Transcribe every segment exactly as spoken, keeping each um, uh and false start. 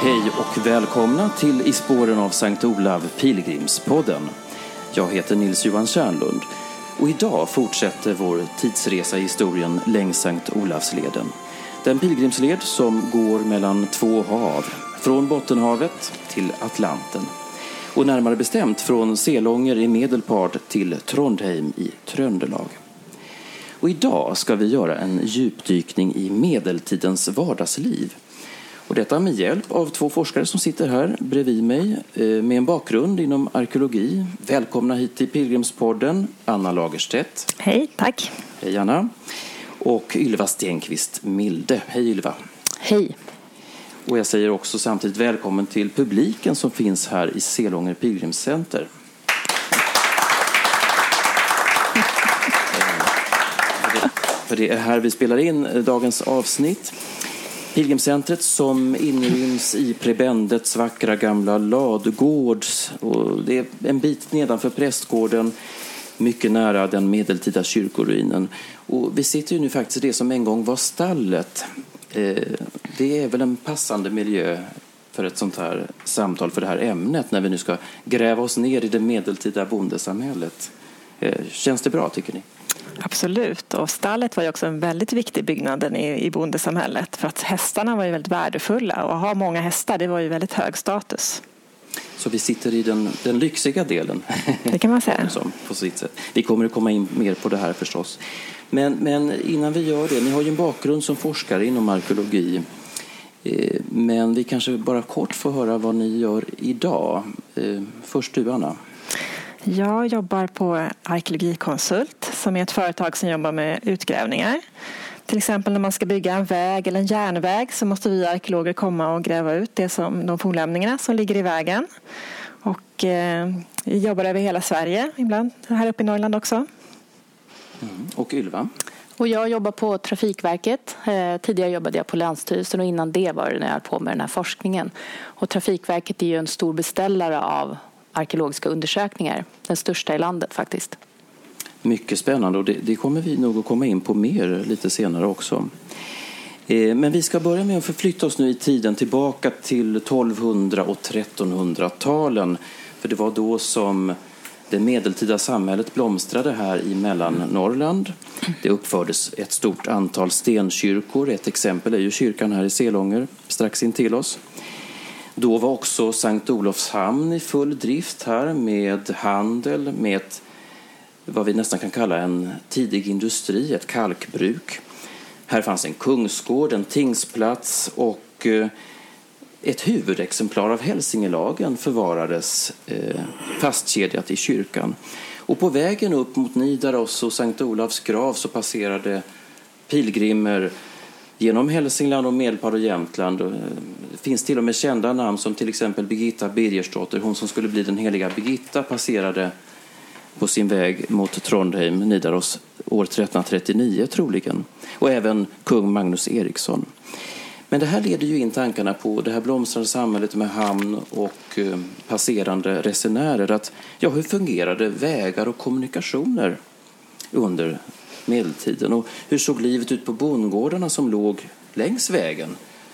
Hej och välkomna till I spåren av Sankt Olav, Pilgrimspodden. Jag heter Nils Johan Kärnlund och idag fortsätter vår tidsresa i historien längs Sankt Olavsleden. Den pilgrimsled som går mellan två hav, från Bottenhavet till Atlanten. Och närmare bestämt från Selånger i Medelpad till Trondheim i Tröndelag. Och idag ska vi göra en djupdykning i medeltidens vardagsliv. Och detta med hjälp av två forskare som sitter här bredvid mig med en bakgrund inom arkeologi. Välkomna hit till Pilgrimspodden, Anna Lagerstedt. Hej, tack. Hej Anna. Och Ylva Stenqvist Milde. Hej Ylva. Hej. Och jag säger också samtidigt välkommen till publiken som finns här i Selånger Pilgrimscenter. För det är här vi spelar in dagens avsnitt. Pilgrimscentret som inryms i prebendets vackra gamla ladugård. Och det är en bit nedanför prästgården, mycket nära den medeltida kyrkoruinen. Och vi sitter ju nu faktiskt i det som en gång var stallet. Det är väl en passande miljö för ett sånt här samtal för det här ämnet när vi nu ska gräva oss ner i det medeltida bondesamhället. Känns det bra, tycker ni? Absolut, och stallet var ju också en väldigt viktig byggnad i, i bondesamhället för att hästarna var ju väldigt värdefulla och att ha många hästar, det var ju väldigt hög status. Så vi sitter i den, den lyxiga delen. Det kan man säga. Som, på sitt sätt. Vi kommer att komma in mer på det här förstås. Men, men innan vi gör det, ni har ju en bakgrund som forskare inom arkeologi. Eh, men vi kanske bara kort får höra vad ni gör idag. Eh, först du, Anna. Jag jobbar på Arkeologikonsult som är ett företag som jobbar med utgrävningar. Till exempel när man ska bygga en väg eller en järnväg så måste vi arkeologer komma och gräva ut det som, de fornlämningarna som ligger i vägen. Och eh, vi jobbar över hela Sverige ibland, här uppe i Norrland också. Mm. Och Ylva? Och jag jobbar på Trafikverket. Eh, tidigare jobbade jag på Länsstyrelsen och innan det var det när jag höll på med den här forskningen. Och Trafikverket är ju en stor beställare av arkeologiska undersökningar. Den största i landet faktiskt. Mycket spännande och det, det kommer vi nog att komma in på mer lite senare också. Eh, men vi ska börja med att förflytta oss nu i tiden tillbaka till tolvhundra- och trettonhundratalen. För det var då som det medeltida samhället blomstrade här i Mellannorrland. Det uppfördes ett stort antal stenkyrkor. Ett exempel är ju kyrkan här i Selånger strax in till oss. Då var också Sankt Olofshamn i full drift här med handel, med ett, vad vi nästan kan kalla en tidig industri, ett kalkbruk. Här fanns en kungsgård, en tingsplats och ett huvudexemplar av Hälsingelagen förvarades fastkedjat i kyrkan. Och på vägen upp mot Nidaros och Sankt Olavs grav så passerade pilgrimer genom Hälsingland och Medelpad och Jämtland. Det finns till och med kända namn som till exempel Birgitta Birgersdotter. Hon som skulle bli den heliga Birgitta passerade på sin väg mot Trondheim, Nidaros, år trettonhundratrettionio troligen. Och även kung Magnus Eriksson. Men det här leder ju in tankarna på det här blomstrande samhället med hamn och passerande resenärer. Att, ja, hur fungerade vägar och kommunikationer under medeltiden och hur såg livet ut på bondgårdarna som låg längs vägen?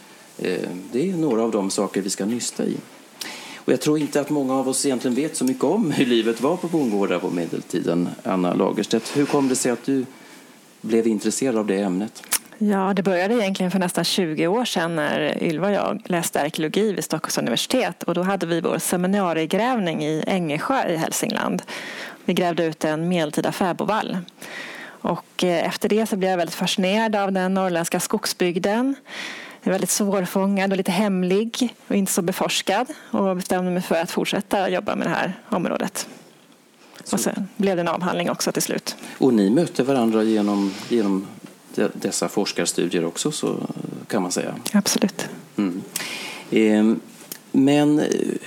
Det är några av de saker vi ska nysta i. Och jag tror inte att många av oss egentligen vet så mycket om hur livet var på bondgårdar på medeltiden. Anna Lagerstedt, hur kom det sig att du blev intresserad av det ämnet? Ja, det började egentligen för nästan tjugo år sedan när Ylva och jag läste arkeologi vid Stockholms universitet. Och då hade vi vår seminariegrävning i Ängesjö i Hälsingland. Vi grävde ut en medeltida fäbodvall. Och efter det så blev jag väldigt fascinerad av den norrländska skogsbygden. Det är väldigt svårfångad och lite hemlig och inte så beforskad. Och bestämde mig för att fortsätta jobba med det här området. Så. Och sen blev det en avhandling också till slut. Och ni mötte varandra genom, genom dessa forskarstudier också, så kan man säga. Absolut. Mm. Eh, men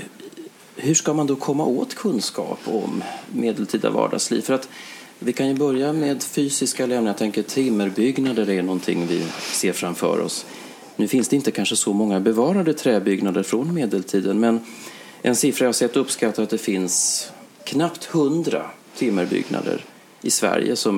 hur ska man då komma åt kunskap om medeltida vardagsliv? För att vi kan ju börja med fysiska lämningar. Jag tänker timmerbyggnader är någonting vi ser framför oss. Nu finns det inte kanske så många bevarade träbyggnader från medeltiden, men en siffra jag har sett uppskattar att det finns knappt hundra timmerbyggnader i Sverige som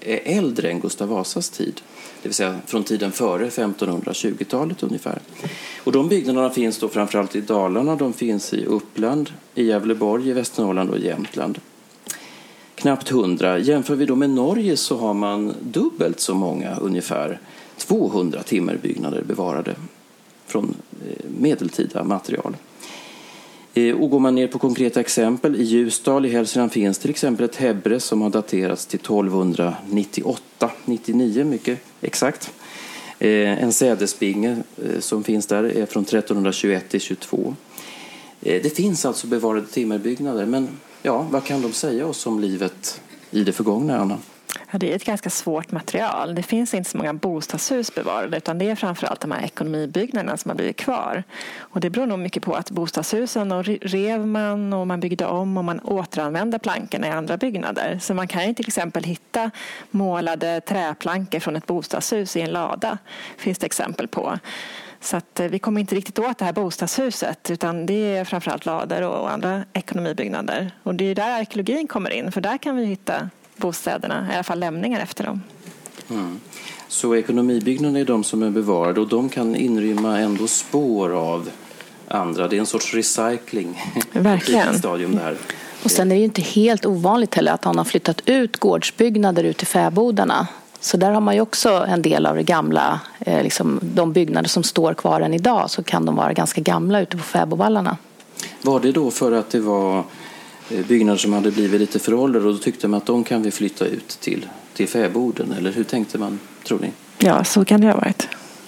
är äldre än Gustav Vasas tid. Det vill säga från tiden före femtonhundratjugotalet ungefär. Och de byggnaderna finns då framförallt i Dalarna. De finns i Uppland, i Gävleborg, i Västernorrland och i Jämtland. Knappt hundra. Jämför vi då med Norge så har man dubbelt så många, ungefär tvåhundra timmerbyggnader bevarade från medeltida material. Och går man ner på konkreta exempel, i Ljusdal i Hälsingland finns till exempel ett Hebre som har daterats till tolvhundranittioåtta nittionio mycket exakt. En sädesbinge som finns där är från trettonhundratjugoett till tjugotvå. Det finns alltså bevarade timmerbyggnader, men ja, vad kan de säga oss om livet i det förgångna, Anna? Ja, det är ett ganska svårt material. Det finns inte så många bostadshus bevarade, utan det är framförallt de här ekonomibyggnaderna som har blivit kvar. Och det beror nog mycket på att bostadshusen och rev man och man byggde om och man återanvände plankorna i andra byggnader. Så man kan ju till exempel hitta målade träplankor från ett bostadshus i en lada. Finns det exempel på. Så att vi kommer inte riktigt åt det här bostadshuset, utan det är framförallt lador och andra ekonomibyggnader. Och det är där arkeologin kommer in, för där kan vi hitta bostäderna, i alla fall lämningar efter dem. Mm. Så ekonomibyggnaderna är de som är bevarade och de kan inrymma ändå spår av andra. Det är en sorts recycling. Verkligen. Stadium där. Och sen är det ju inte helt ovanligt heller att han har flyttat ut gårdsbyggnader ut till fäbodarna. Så där har man ju också en del av det gamla, eh, liksom de byggnader som står kvar än idag, så kan de vara ganska gamla ute på fäbodvallarna. Var det då för att det var byggnader som hade blivit lite föråldrade och då tyckte man att de kan vi flytta ut till, till fäboden? Eller hur tänkte man, tror ni? Ja, så kan det ha varit.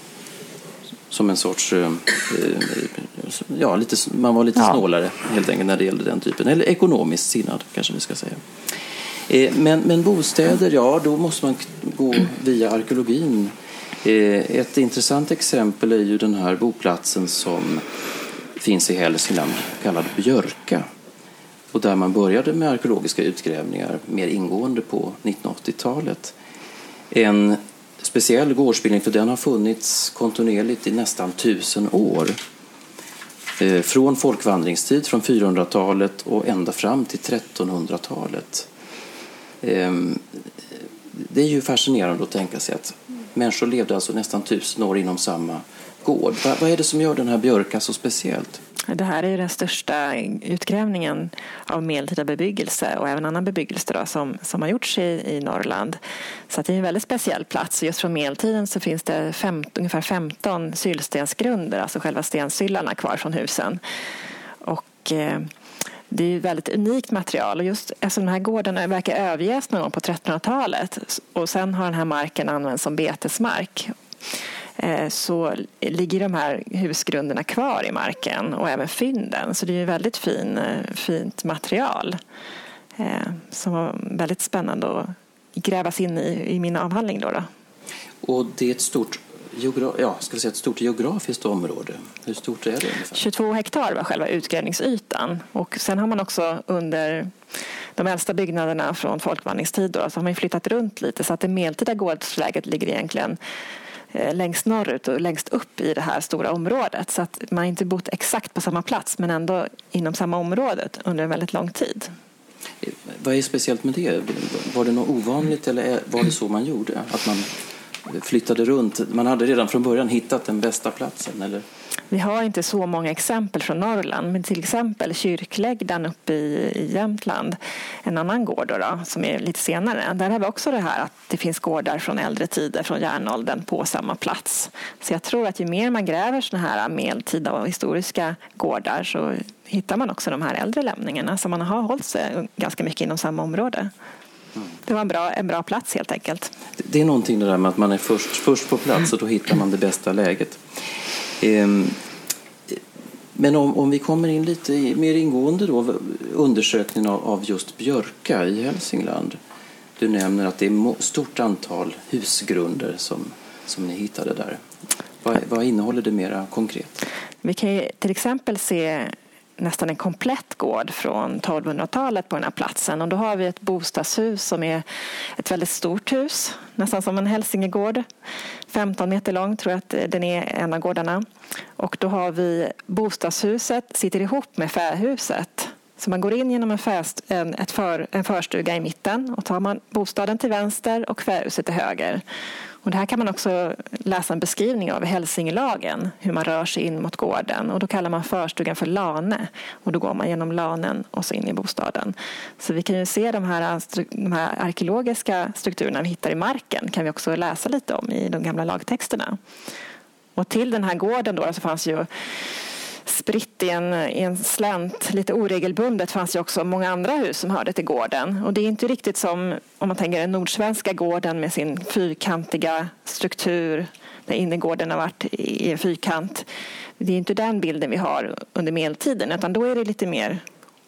Som en sorts, eh, ja, lite, man var lite ja. snålare helt enkelt när det gällde den typen. Eller ekonomiskt sinnad kanske vi ska säga. Eh, men, men bostäder, ja, då måste man gå via arkeologin. Eh, ett intressant exempel är ju den här boplatsen som finns i Hälsingland, kallad Björka. Och där man började med arkeologiska utgrävningar mer ingående på nittonhundraåttiotalet. En speciell gårdsbildning, för den har funnits kontinuerligt i nästan tusen år. Eh, från folkvandringstid, från fyrahundratalet och ända fram till trettonhundratalet. Eh, det är ju fascinerande att tänka sig att människor levde alltså nästan tusen år inom samma gård. Va, vad är det som gör den här Björka så speciellt? Det här är den största utgrävningen av medeltida bebyggelse och även annan bebyggelse då, som, som har gjorts i, i Norrland. Så att det är en väldigt speciell plats. Just från medeltiden så finns det fem, ungefär femton sylstensgrunder, alltså själva stensyllarna kvar från husen. Och eh, det är ett väldigt unikt material. Och just eftersom den här gården verkar överges någon gång på trettonhundratalet och sen har den här marken använts som betesmark, så ligger de här husgrunderna kvar i marken och även fynden. Så det är ju väldigt fin, fint material eh, som var väldigt spännande att grävas in i, i min avhandling. Då, då. Och det är ett stort, geogra- ja, ska vi säga ett stort geografiskt område. Hur stort är det ungefär? tjugotvå hektar var själva utgrävningsytan. Och sen har man också under de äldsta byggnaderna från folkvandringstid då, så har man flyttat runt lite så att det medeltida gårdsläget ligger egentligen längst norrut och längst upp i det här stora området. Så att man inte bott exakt på samma plats men ändå inom samma området under en väldigt lång tid. Vad är speciellt med det? Var det något ovanligt eller var det så man gjorde? Att man flyttade runt? Man hade redan från början hittat den bästa platsen, eller? Vi har inte så många exempel från Norrland, men till exempel Kyrkläggdan uppe i, i Jämtland, en annan gård då, då, som är lite senare. Där har vi också det här att det finns gårdar från äldre tider, från järnåldern på samma plats. Så jag tror att ju mer man gräver såna här medeltida och historiska gårdar så hittar man också de här äldre lämningarna som man har hållit sig ganska mycket inom samma område. Det var en bra, en bra plats helt enkelt. Det är någonting det där med att man är först, först på plats och då hittar man det bästa läget. Ehm, men om, om vi kommer in lite mer ingående då, undersökningen av, av just Björka i Hälsingland. Du nämner att det är ett stort antal husgrunder som, som ni hittade där. Vad, vad innehåller det mera konkret? Vi kan ju till exempel se nästan en komplett gård från tolvhundratalet på den här platsen. Och då har vi ett bostadshus som är ett väldigt stort hus, nästan som en hälsingegård. femton meter lång tror jag att den är, en av gårdarna. Och då har vi bostadshuset sitter ihop med fähuset. Så man går in genom en, fäst, en, ett för, en förstuga i mitten och tar man bostaden till vänster och kvävhuset till höger. Och det här kan man också läsa en beskrivning av i Hälsingelagen, hur man rör sig in mot gården. Och då kallar man förstugan för lane. Och då går man genom lanen och så in i bostaden. Så vi kan ju se de här, de här arkeologiska strukturerna vi hittar i marken kan vi också läsa lite om i de gamla lagtexterna. Och till den här gården då så fanns ju spritt i en, i en slänt, lite oregelbundet, fanns ju också många andra hus som hörde till gården. Och det är inte riktigt som om man tänker den nordsvenska gården med sin fyrkantiga struktur, där innergården har varit i en fyrkant. Det är inte den bilden vi har under medeltiden, utan då är det lite mer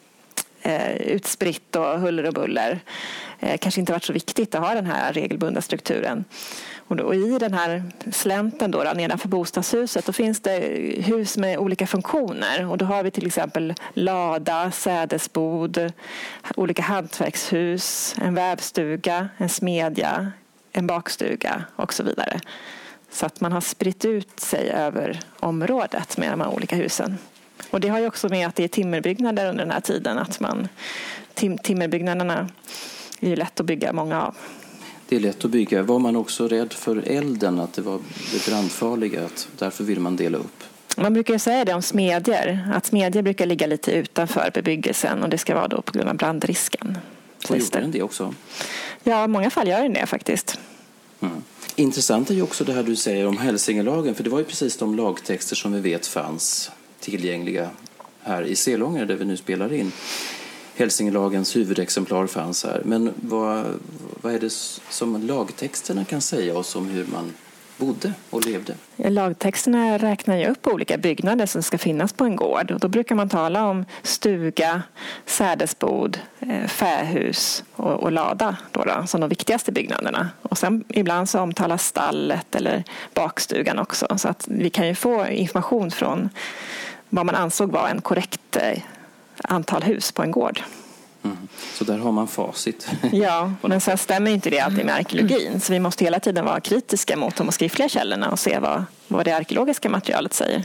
eh, utspritt och huller och buller. Eh, kanske inte varit så viktigt att ha den här regelbundna strukturen. Och, då, och i den här slänten då, då, nedanför bostadshuset då finns det hus med olika funktioner. Och då har vi till exempel lada, sädesbod, olika hantverkshus, en vävstuga, en smedja, en bakstuga och så vidare. Så att man har spritt ut sig över området med de här olika husen. Och det har ju också med att det är timmerbyggnader under den här tiden. Att man, tim, timmerbyggnaderna är ju lätt att bygga många av. Det är lätt att bygga. Var man också rädd för elden, att det var det brandfarliga, att därför vill man dela upp? Man brukar ju säga det om smedjor, att smedjor brukar ligga lite utanför bebyggelsen och det ska vara då på grund av brandrisken. Och gjorde den det också? Ja, i många fall gör den det faktiskt. Mm. Intressant är ju också det här du säger om Hälsingelagen, för det var ju precis de lagtexter som vi vet fanns tillgängliga här i Selånger där vi nu spelar in. Hälsingelagens huvudexemplar fanns här. Men vad, vad är det som lagtexterna kan säga oss om hur man bodde och levde? Lagtexterna räknar ju upp olika byggnader som ska finnas på en gård. Och då brukar man tala om stuga, sädesbod, fähus och, och lada då då, som de viktigaste byggnaderna. Och sen ibland så omtalas stallet eller bakstugan också. Så att vi kan ju få information från vad man ansåg var en korrekt antal hus på en gård. Mm. Så där har man facit. Ja, men sen stämmer inte det alltid med arkeologin. Så vi måste hela tiden vara kritiska mot de skriftliga källorna och se vad, vad det arkeologiska materialet säger.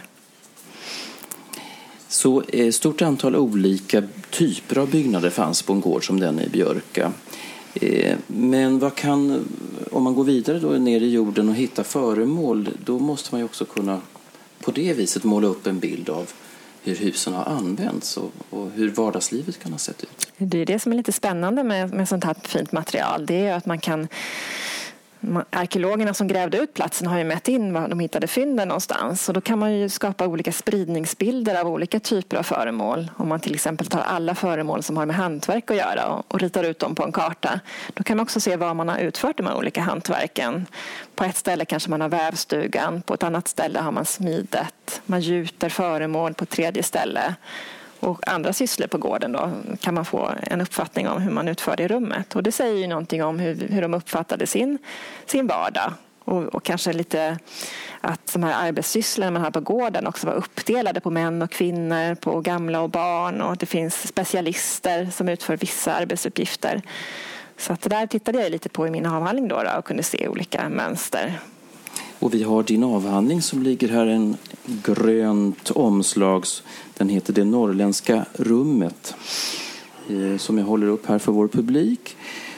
Så ett stort antal olika typer av byggnader fanns på en gård som den i Björka. Men vad kan, om man går vidare då ner i jorden och hittar föremål, då måste man ju också kunna på det viset måla upp en bild av hur husen har använts och, och hur vardagslivet kan ha sett ut. Det är det som är lite spännande med, med sånt här fint material. Det är att man kan... Arkeologerna som grävde ut platsen har ju mätt in var de hittade fynden någonstans. Och då kan man ju skapa olika spridningsbilder av olika typer av föremål. Om man till exempel tar alla föremål som har med hantverk att göra och, och ritar ut dem på en karta. Då kan man också se var man har utfört de här olika hantverken. På ett ställe kanske man har vävstugan, på ett annat ställe har man smidet. Man gjuter föremål på ett tredje ställe. Och andra sysslor på gården då kan man få en uppfattning om hur man utför det i rummet. Och det säger ju någonting om hur, hur de uppfattade sin, sin vardag. Och, och kanske lite att de här arbetssysslorna man har på gården också var uppdelade på män och kvinnor, på gamla och barn. Och att det finns specialister som utför vissa arbetsuppgifter. Så att det där tittade jag lite på i min avhandling då, då och kunde se olika mönster. Och vi har din avhandling som ligger här, en grönt omslag. Den heter Det norrländska rummet, som jag håller upp här för vår publik.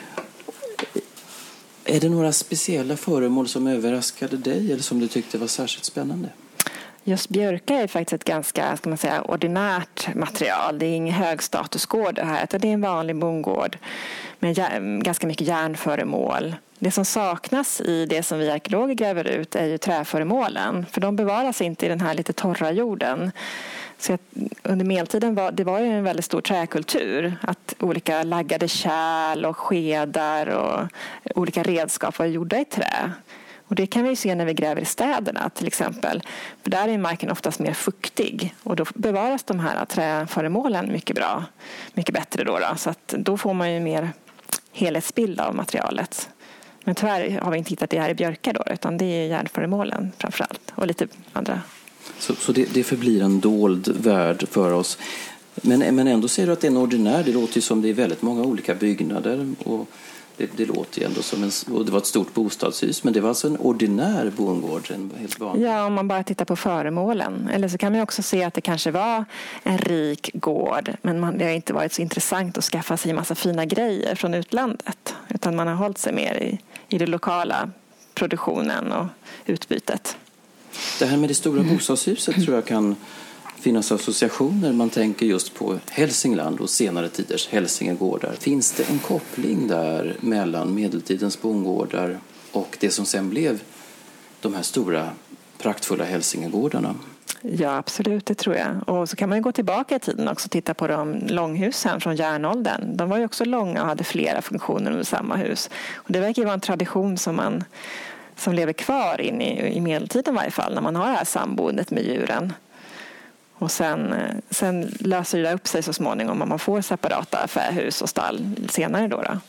Är det några speciella föremål som överraskade dig eller som du tyckte var särskilt spännande? Just Björka är faktiskt ett ganska, ska man säga, ordinärt material. Det är ingen högstatusgård det här, utan det är en vanlig bondgård med ganska mycket järnföremål. Det som saknas i det som vi arkeologer gräver ut är ju träföremålen, för de bevaras inte i den här lite torra jorden. Så att under medeltiden var det var ju en väldigt stor träkultur, att olika laggade kärl och skedar och olika redskap var gjorda i trä. Och det kan vi se när vi gräver i städerna till exempel. För där är marken oftast mer fuktig och då bevaras de här träföremålen mycket bra, mycket bättre då, då. Så att då får man ju mer helhetsbild av materialet. Men tyvärr har vi inte hittat det här i Björka då, utan det är järnföremålen framförallt och lite andra. Så, så det, det förblir en dold värld för oss. Men, men ändå ser du att det är en ordinär. Det låter ju som det är väldigt många olika byggnader och Det, det låter ju ändå som en... Och det var ett stort bostadshus, men det var alltså en ordinär bondgård, en helt vanlig. Ja, om man bara tittar på föremålen. Eller så kan man också se att det kanske var en rik gård, men man, det har inte varit så intressant att skaffa sig en massa fina grejer från utlandet. Utan man har hållit sig mer i, i det lokala produktionen och utbytet. Det här med det stora bostadshuset tror jag kan finnas associationer. Man tänker just på Hälsingland och senare tiders hälsingegårdar. Finns det en koppling där mellan medeltidens bondgårdar och det som sen blev de här stora praktfulla hälsingegårdarna? Ja, absolut, det tror jag. Och så kan man ju gå tillbaka i tiden också och titta på de långhusen från järnåldern. De var ju också långa och hade flera funktioner under samma hus. Och det verkar ju vara en tradition som man som lever kvar in i, i medeltiden i varje fall, när man har det här samboendet med djuren. Och sen, sen löser det upp sig så småningom om man får separata fähus och stall senare då. då.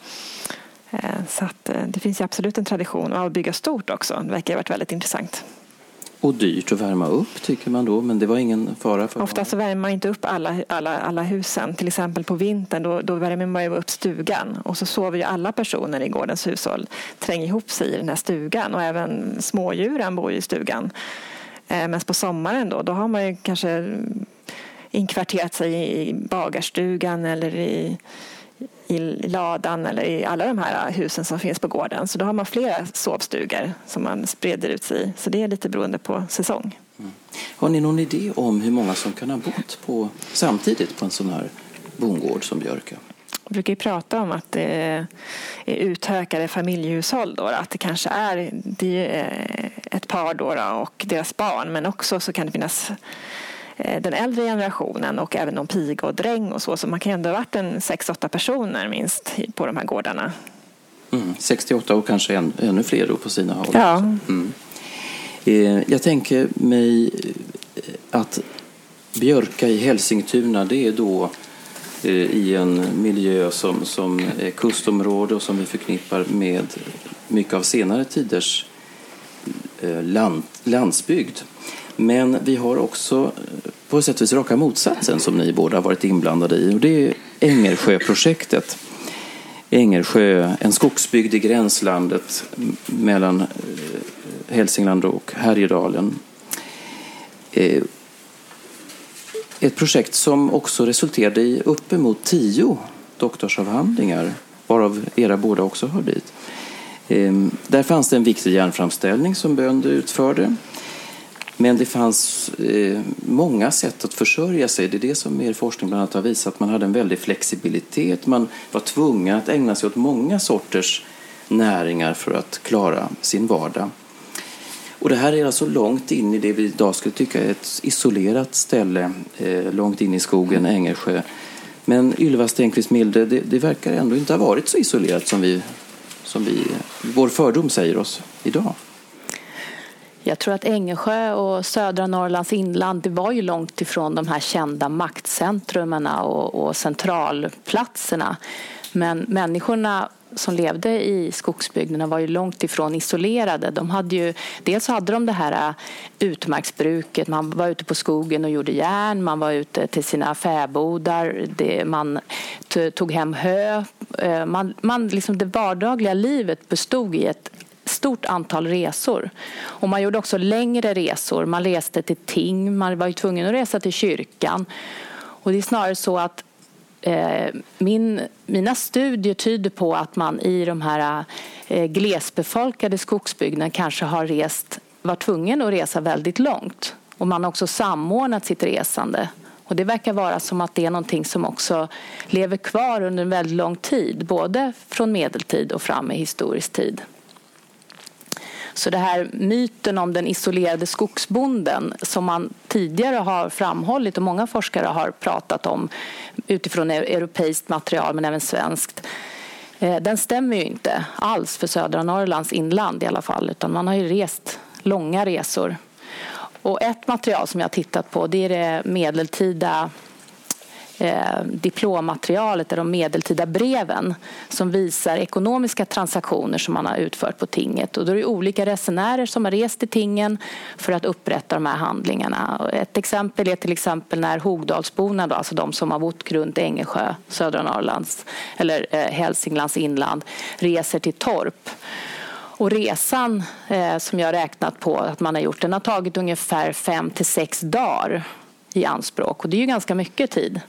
Så att det finns ju absolut en tradition av att bygga stort också. Det verkar ha varit väldigt intressant. Och dyrt att värma upp tycker man då, men det var ingen fara för. Ofta så värmer man inte upp alla, alla, alla husen. Till exempel på vintern då, då värmer man ju upp stugan. Och så sover ju alla personer i gårdens hushåll tränger ihop sig i den här stugan. Och även smådjuren bor i stugan. Eh, men på sommaren då, då har man ju kanske inkvarterat sig i bagarstugan eller i, i ladan eller i alla de här husen som finns på gården. Så då har man flera sovstugor som man spreder ut sig i. Så det är lite beroende på säsong. Mm. Har ni någon idé om hur många som kan ha bott på, samtidigt på en sån här bondgård som Björka? Jag brukar ju prata om att det är utökade familjehushåll då, att det kanske är, det är ett par då och deras barn, men också så kan det finnas den äldre generationen och även någon piga och dräng och så, så man kan ändå ha varit en sex åtta personer minst på de här gårdarna. Mm, sextioåtta och kanske än, ännu fler då på sina håll. Ja. Mm. Eh, jag tänker mig att Björka i Hälsingtuna, det är då eh, i en miljö som, som är kustområde och som vi förknippar med mycket av senare tiders eh, land, landsbygd. Men vi har också på sätt och vis raka motsatsen som ni båda har varit inblandade i, och det är Ängersjöprojektet. Ängersjö, en skogsbygd i gränslandet mellan Hälsingland och Härjedalen. Ett projekt som också resulterade i uppemot tio doktorsavhandlingar, varav era båda också hör dit. Där fanns det en viktig järnframställning som bönder utförde. Men det fanns eh, många sätt att försörja sig. Det är det som er forskning bland annat har visat. Man hade en väldig flexibilitet. Man var tvungen att ägna sig åt många sorters näringar för att klara sin vardag. Och det här är alltså långt in i det vi idag skulle tycka är ett isolerat ställe. Eh, långt in i skogen, Ängersjö. Men Ylva Stenqvist Milde, det, det verkar ändå inte ha varit så isolerat som vi, som vi, vår fördom säger oss idag. Jag tror att Ängersjö och södra Norrlands inland, det var ju långt ifrån de här kända maktcentrumen och, och centralplatserna. Men människorna som levde i skogsbygderna var ju långt ifrån isolerade. De hade ju, dels hade de det här utmarksbruket, man var ute på skogen och gjorde järn, man var ute till sina fäbodar, det, man t- tog hem hö. Man, man, liksom det vardagliga livet bestod i ett stort antal resor. Och man gjorde också längre resor. Man reste till ting, man var ju tvungen att resa till kyrkan. Och det är snarare så att eh, min, mina studier tyder på att man i de här eh, glesbefolkade skogsbygderna kanske har rest, var tvungen att resa väldigt långt. Och man har också samordnat sitt resande. Och det verkar vara som att det är någonting som också lever kvar under en väldigt lång tid. Både från medeltid och fram i historisk tid. Så det här myten om den isolerade skogsbonden som man tidigare har framhållit och många forskare har pratat om utifrån europeiskt material men även svenskt, den stämmer ju inte alls för södra Norrlands inland i alla fall, utan man har ju rest långa resor. Och ett material som jag har tittat på, det är det medeltida eh, diplommaterialet, de medeltida breven som visar ekonomiska transaktioner som man har utfört på tinget. Och då är det olika resenärer som har rest till tingen för att upprätta de här handlingarna. Och ett exempel är till exempel när Hogdalsborna, då, alltså de som har bott runt Ängelsjö, södra Norrlands eller eh, Hälsinglands inland, reser till Torp. Och resan eh, som jag har räknat på att man har gjort, den har tagit ungefär fem till sex dagar i anspråk. Och det är ju ganska mycket tid.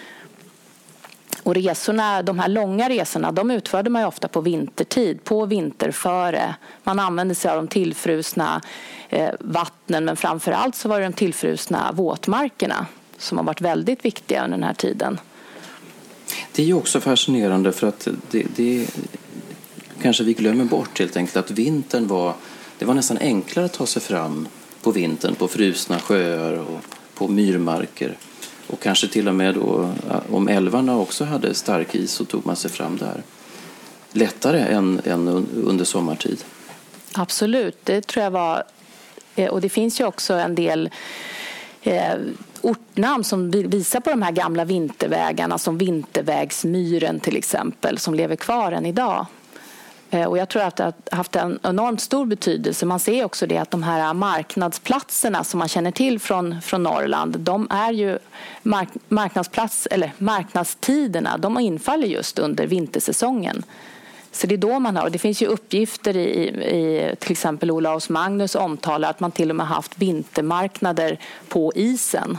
Och resorna, de här långa resorna, de utförde man ju ofta på vintertid, på vinterföre. Man använde sig av de tillfrusna eh, vattnen, men framförallt så var det de tillfrusna våtmarkerna som har varit väldigt viktiga under den här tiden. Det är ju också fascinerande för att det, det kanske vi glömmer bort helt enkelt att vintern var, det var nästan enklare att ta sig fram på vintern på frusna sjöar och på myrmarker. Och kanske till och med då, om älvarna också hade stark is så tog man sig fram där. Lättare än, än under sommartid. Absolut, det tror jag var. Och det finns ju också en del eh, ortnamn som visar på de här gamla vintervägarna, som Vintervägsmyren till exempel, som lever kvar än idag. Och jag tror att det har haft en enormt stor betydelse. Man ser också det att de här marknadsplatserna som man känner till från, från Norrland, de är ju mark, marknadsplats, eller marknadstiderna, de infaller just under vintersäsongen. Så det är då man har, och det finns ju uppgifter i, i till exempel Olaus Magnus omtalar att man till och med haft vintermarknader på isen.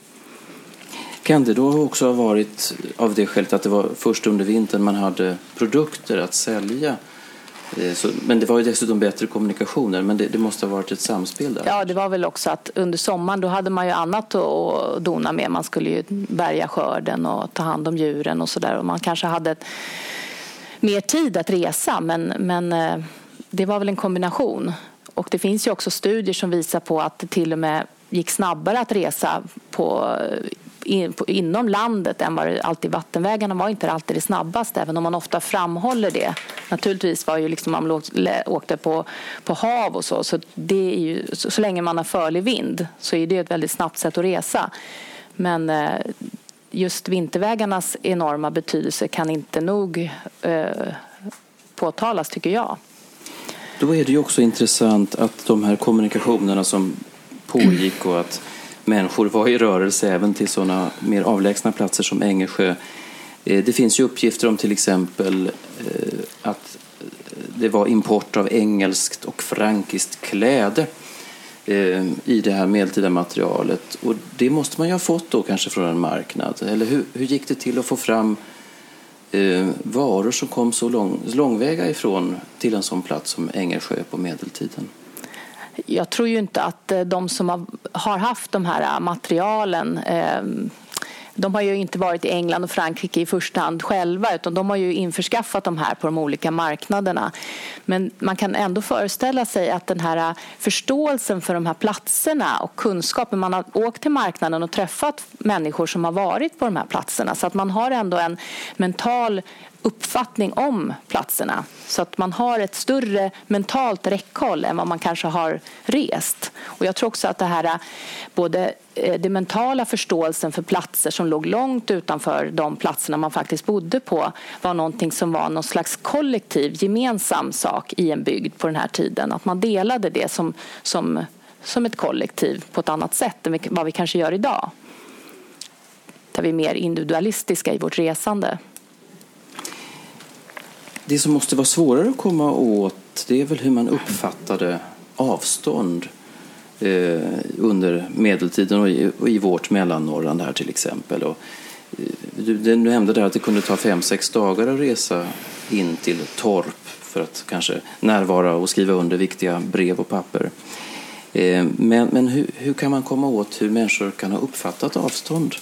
Kan det då också ha varit av det skälet att det var först under vintern man hade produkter att sälja? Så, men det var ju dessutom bättre kommunikationer, men det, det måste ha varit ett samspel där. Ja, det var väl också att under sommaren då hade man ju annat att dona med. Man skulle ju bärga skörden och ta hand om djuren och sådär. Och man kanske hade ett, mer tid att resa, men, men det var väl en kombination. Och det finns ju också studier som visar på att det till och med gick snabbare att resa på In, på, inom landet än vad det alltid. Vattenvägarna var inte alltid det snabbaste, även om man ofta framhåller det. Naturligtvis var ju liksom man låg, åkte på, på hav och så, så det är ju, så, så länge man har förlig vind så är det ett väldigt snabbt sätt att resa. Men eh, just vintervägarnas enorma betydelse kan inte nog eh, påtalas, tycker jag. Då är det ju också intressant att de här kommunikationerna som pågick och att människor var i rörelse även till sådana mer avlägsna platser som Ängelsjö. Det finns ju uppgifter om till exempel att det var import av engelskt och frankiskt kläde i det här medeltida materialet. Och det måste man ju ha fått då kanske från en marknad. Eller hur, hur gick det till att få fram varor som kom så lång, långväga ifrån till en sån plats som Ängelsjö på medeltiden? Jag tror ju inte att de som har haft de här materialen, de har ju inte varit i England och Frankrike i första hand själva, utan de har ju införskaffat de här på de olika marknaderna. Men man kan ändå föreställa sig att den här förståelsen för de här platserna och kunskapen, man har åkt till marknaden och träffat människor som har varit på de här platserna, så att man har ändå en mental uppfattning om platserna, så att man har ett större mentalt räckhåll än vad man kanske har rest. Och jag tror också att det här, både det mentala förståelsen för platser som låg långt utanför de platserna man faktiskt bodde på, var någonting som var någon slags kollektiv, gemensam sak i en bygd på den här tiden. Att man delade det som, som, som ett kollektiv på ett annat sätt än vad vi kanske gör idag. Där vi är mer individualistiska i vårt resande. Det som måste vara svårare att komma åt, det är väl hur man uppfattade avstånd eh, under medeltiden och i, och i vårt Mellannorrland här till exempel. Och, eh, du, du nämnde där att det kunde ta fem, sex dagar att resa in till Torp för att kanske närvara och skriva under viktiga brev och papper. Eh, men men hur, hur kan man komma åt hur människor kan ha uppfattat avstånd?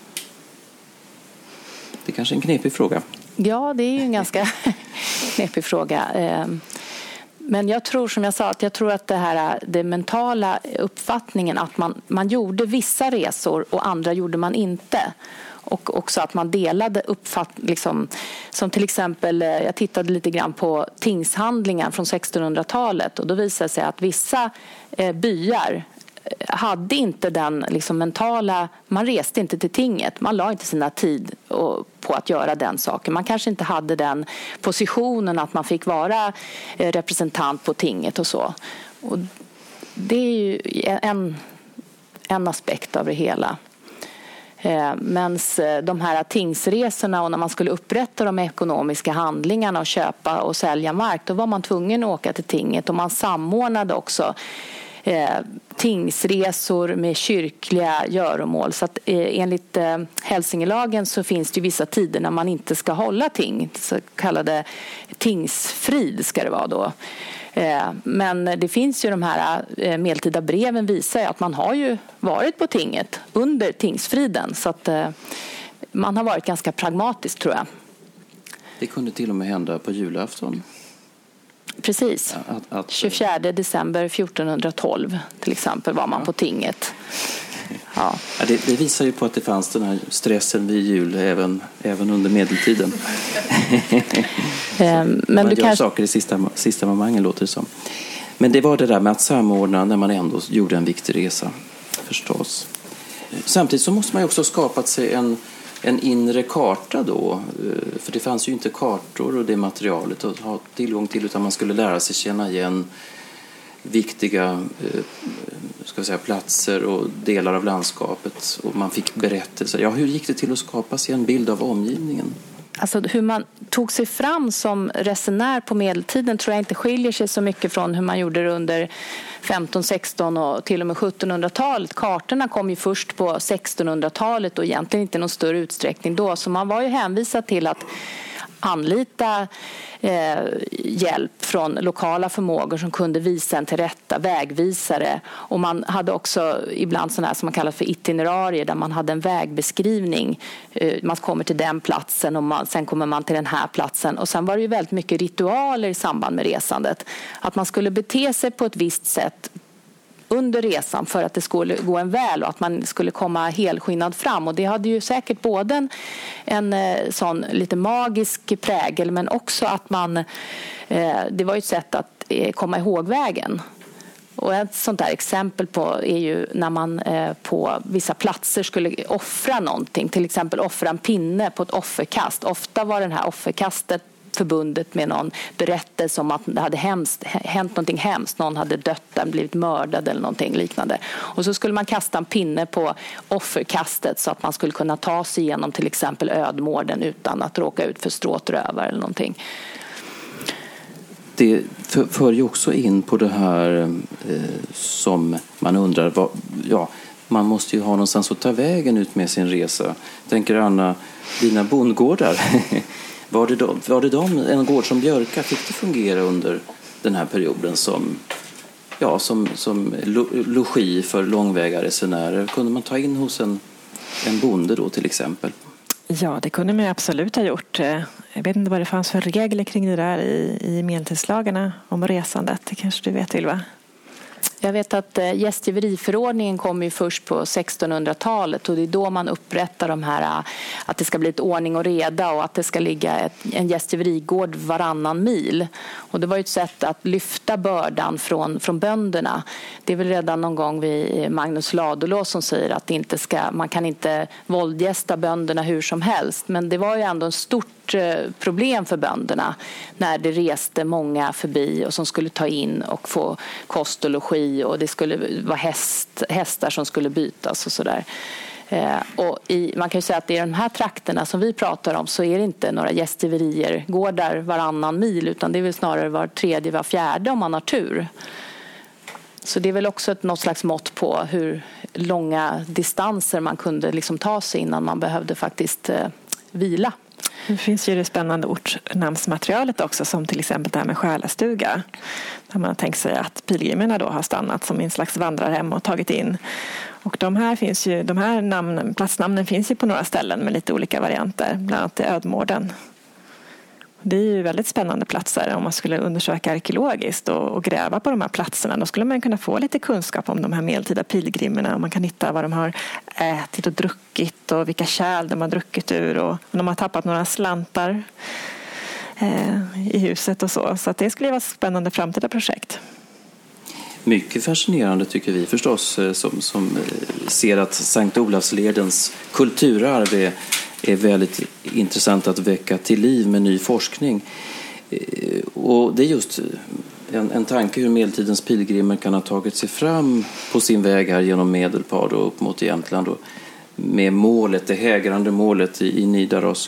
Det är kanske en knepig fråga. Ja, det är ju en ganska knepig fråga. Men jag tror, som jag sa, att jag tror att det här, det mentala uppfattningen att man, man gjorde vissa resor och andra gjorde man inte. Och också att man delade uppfattning, liksom, som till exempel, jag tittade lite grann på tingshandlingar från sextonhundratalet, och då visade det sig att vissa byar hade inte den liksom mentala, man reste inte till tinget, man la inte sina tid på att göra den saken. Man kanske inte hade den positionen att man fick vara representant på tinget och så. Och det är ju en, en aspekt av det hela. Men de här tingsresorna och när man skulle upprätta de ekonomiska handlingarna och köpa och sälja mark, då var man tvungen att åka till tinget, och man samordnade också eh, tingsresor med kyrkliga göromål. Så att eh, enligt eh, Hälsingelagen så finns det ju vissa tider när man inte ska hålla ting, så kallade tingsfrid ska det vara då. Men det finns ju de här medeltida breven visar att man har ju varit på tinget under tingsfriden, så att man har varit ganska pragmatisk, tror jag. Det kunde till och med hända på julafton. Precis. Att, att... tjugofjärde december fjortonhundratolv till exempel var man ja. på tinget. Ja. Ja, det, det visar ju på att det fanns den här stressen vid jul även, även under medeltiden. Men man gör kanske... saker i sista, sista momentet, låter det som. Men det var det där med att samordna när man ändå gjorde en viktig resa, förstås. Samtidigt så måste man ju också skapat sig en, en inre karta då. För det fanns ju inte kartor och det materialet att ha tillgång till, utan man skulle lära sig känna igen viktiga ska vi säga, platser och delar av landskapet, och man fick berättelser. Ja, hur gick det till att skapa sig en bild av omgivningen? Alltså hur man tog sig fram som resenär på medeltiden tror jag inte skiljer sig så mycket från hur man gjorde det under femton-, sexton- och till och med sjuttonhundratalet. Kartorna kom ju först på sextonhundratalet och egentligen inte i någon större utsträckning då. Så man var ju hänvisad till att anlita eh, hjälp från lokala förmågor som kunde visa en till rätta, vägvisare. Och man hade också ibland sådana här som man kallar för itinerarier, där man hade en vägbeskrivning. Eh, man kommer till den platsen och man, sen kommer man till den här platsen. Och sen var det ju väldigt mycket ritualer i samband med resandet. Att man skulle bete sig på ett visst sätt under resan för att det skulle gå en väl och att man skulle komma helskinnad fram. Och det hade ju säkert både en, en sån lite magisk prägel, men också att man eh, det var ju ett sätt att eh, komma ihåg vägen. Och ett sånt där exempel på är ju när man eh, på vissa platser skulle offra någonting, till exempel offra en pinne på ett offerkast. Ofta var den här offerkastet förbundet med någon berättelse om att det hade hemskt, hänt någonting hemskt. Någon hade dött, blivit mördad eller någonting liknande. Och så skulle man kasta en pinne på offerkastet så att man skulle kunna ta sig igenom till exempel ödmården utan att råka ut för stråtrövar eller någonting. Det för, för ju också in på det här eh, som man undrar, vad, ja, man måste ju ha någonstans att ta vägen ut med sin resa. Tänker Anna, dina bondgårdar Var det, de, var det de, en gård som Björka, fick det fungera under den här perioden som, ja, som, som lo, logi för långväga resenärer? Kunde man ta in hos en, en bonde då till exempel? Ja, det kunde man absolut ha gjort. Jag vet inte vad det fanns för regler kring det där i, i medeltidslagarna om resandet. Det kanske du vet, Ylva? Jag vet att gästgiveriförordningen kom ju först på sextonhundratalet och det är då man upprättar de här, att det ska bli ett ordning och reda och att det ska ligga ett, en gästgiverigård varannan mil. Och det var ju ett sätt att lyfta bördan från, från bönderna. Det är väl redan någon gång vid Magnus Ladulås som säger att det inte ska, man kan inte våldgästa bönderna hur som helst. Men det var ju ändå en stort problem för bönderna när det reste många förbi och som skulle ta in och få kost och logi och det skulle vara häst, hästar som skulle bytas och sådär. Eh, och i, man kan ju säga att i de här trakterna som vi pratar om så är det inte några gästgiverier gårdar varannan mil utan det är väl snarare var tredje, var fjärde om man har tur. Så det är väl också ett, något slags mått på hur långa distanser man kunde liksom ta sig innan man behövde faktiskt eh, vila. Det finns ju det spännande ortnamnsmaterialet också, som till exempel det här med själastuga. Där man har tänkt sig att pilgrimerna då har stannat som en slags vandrarhem och tagit in. Och de här, finns ju, de här namn, platsnamnen finns ju på några ställen med lite olika varianter, bland annat i Ödmården. Det är ju väldigt spännande platser om man skulle undersöka arkeologiskt och, och gräva på de här platserna. Då skulle man kunna få lite kunskap om de här medeltida pilgrimerna. Och man kan hitta vad de har ätit och druckit och vilka kärl de har druckit ur. Och om de har tappat några slantar eh, i huset och så. Så att det skulle vara ett spännande framtida projekt. Mycket fascinerande tycker vi förstås som, som ser att Sankt Olavsledens kulturarv är, är väldigt intressant att väcka till liv med ny forskning. Och det är just en, en tanke hur medeltidens pilgrimer kan ha tagit sig fram på sin väg här genom Medelpad och upp mot Jämtland och med målet, det hägrande målet i, i Nidaros.